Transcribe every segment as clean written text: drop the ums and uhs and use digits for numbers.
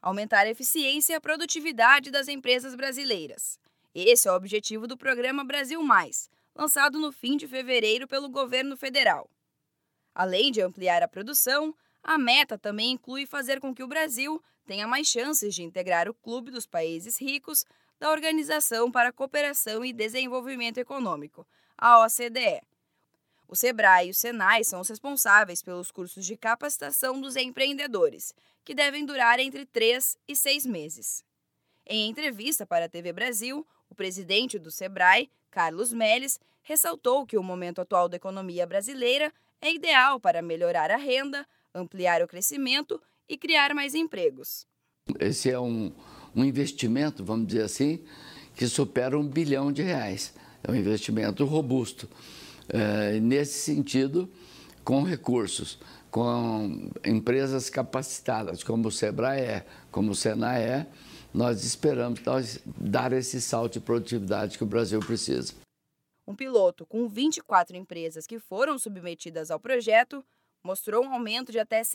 aumentar a eficiência e a produtividade das empresas brasileiras. Esse é o objetivo do Programa Brasil Mais, lançado no fim de fevereiro pelo governo federal. Além de ampliar a produção, a meta também inclui fazer com que o Brasil tenha mais chances de integrar o Clube dos Países Ricos da Organização para a Cooperação e Desenvolvimento Econômico, a OCDE. O SEBRAE e o SENAI são os responsáveis pelos cursos de capacitação dos empreendedores, que devem durar entre 3 e 6 meses. Em entrevista para a TV Brasil, o presidente do SEBRAE, Carlos Melles, ressaltou que o momento atual da economia brasileira é ideal para melhorar a renda, ampliar o crescimento e criar mais empregos. Esse é um investimento, vamos dizer assim, que supera R$1 bilhão. É um investimento robusto. Nesse sentido, com recursos, com empresas capacitadas, como o SEBRAE, como o SENAE, nós esperamos dar esse salto de produtividade que o Brasil precisa. Um piloto com 24 empresas que foram submetidas ao projeto mostrou um aumento de até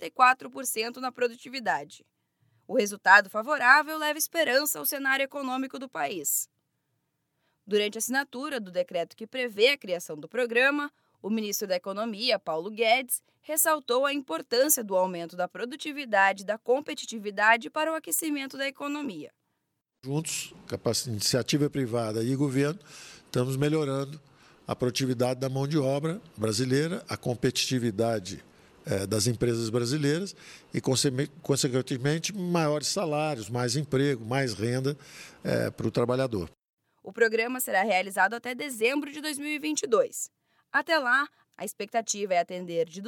64% na produtividade. O resultado favorável leva esperança ao cenário econômico do país. Durante a assinatura do decreto que prevê a criação do programa, o ministro da Economia, Paulo Guedes, ressaltou a importância do aumento da produtividade e da competitividade para o aquecimento da economia. Juntos, iniciativa privada e governo, estamos melhorando a produtividade da mão de obra brasileira, a competitividade das empresas brasileiras e, consequentemente, maiores salários, mais emprego, mais renda para o trabalhador. O programa será realizado até dezembro de 2022. Até lá, a expectativa é atender de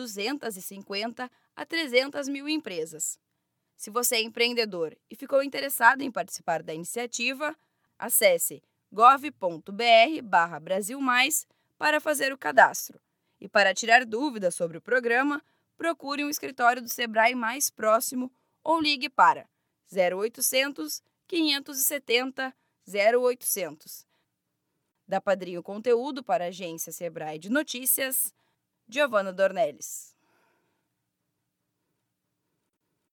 250 a 300 mil empresas. Se você é empreendedor e ficou interessado em participar da iniciativa, acesse gov.br/brasilmais para fazer o cadastro. E para tirar dúvidas sobre o programa, procure um escritório do SEBRAE mais próximo ou ligue para 0800 570 0800. Da Padrinho Conteúdo para a agência SEBRAE de Notícias, Giovana Dornelles.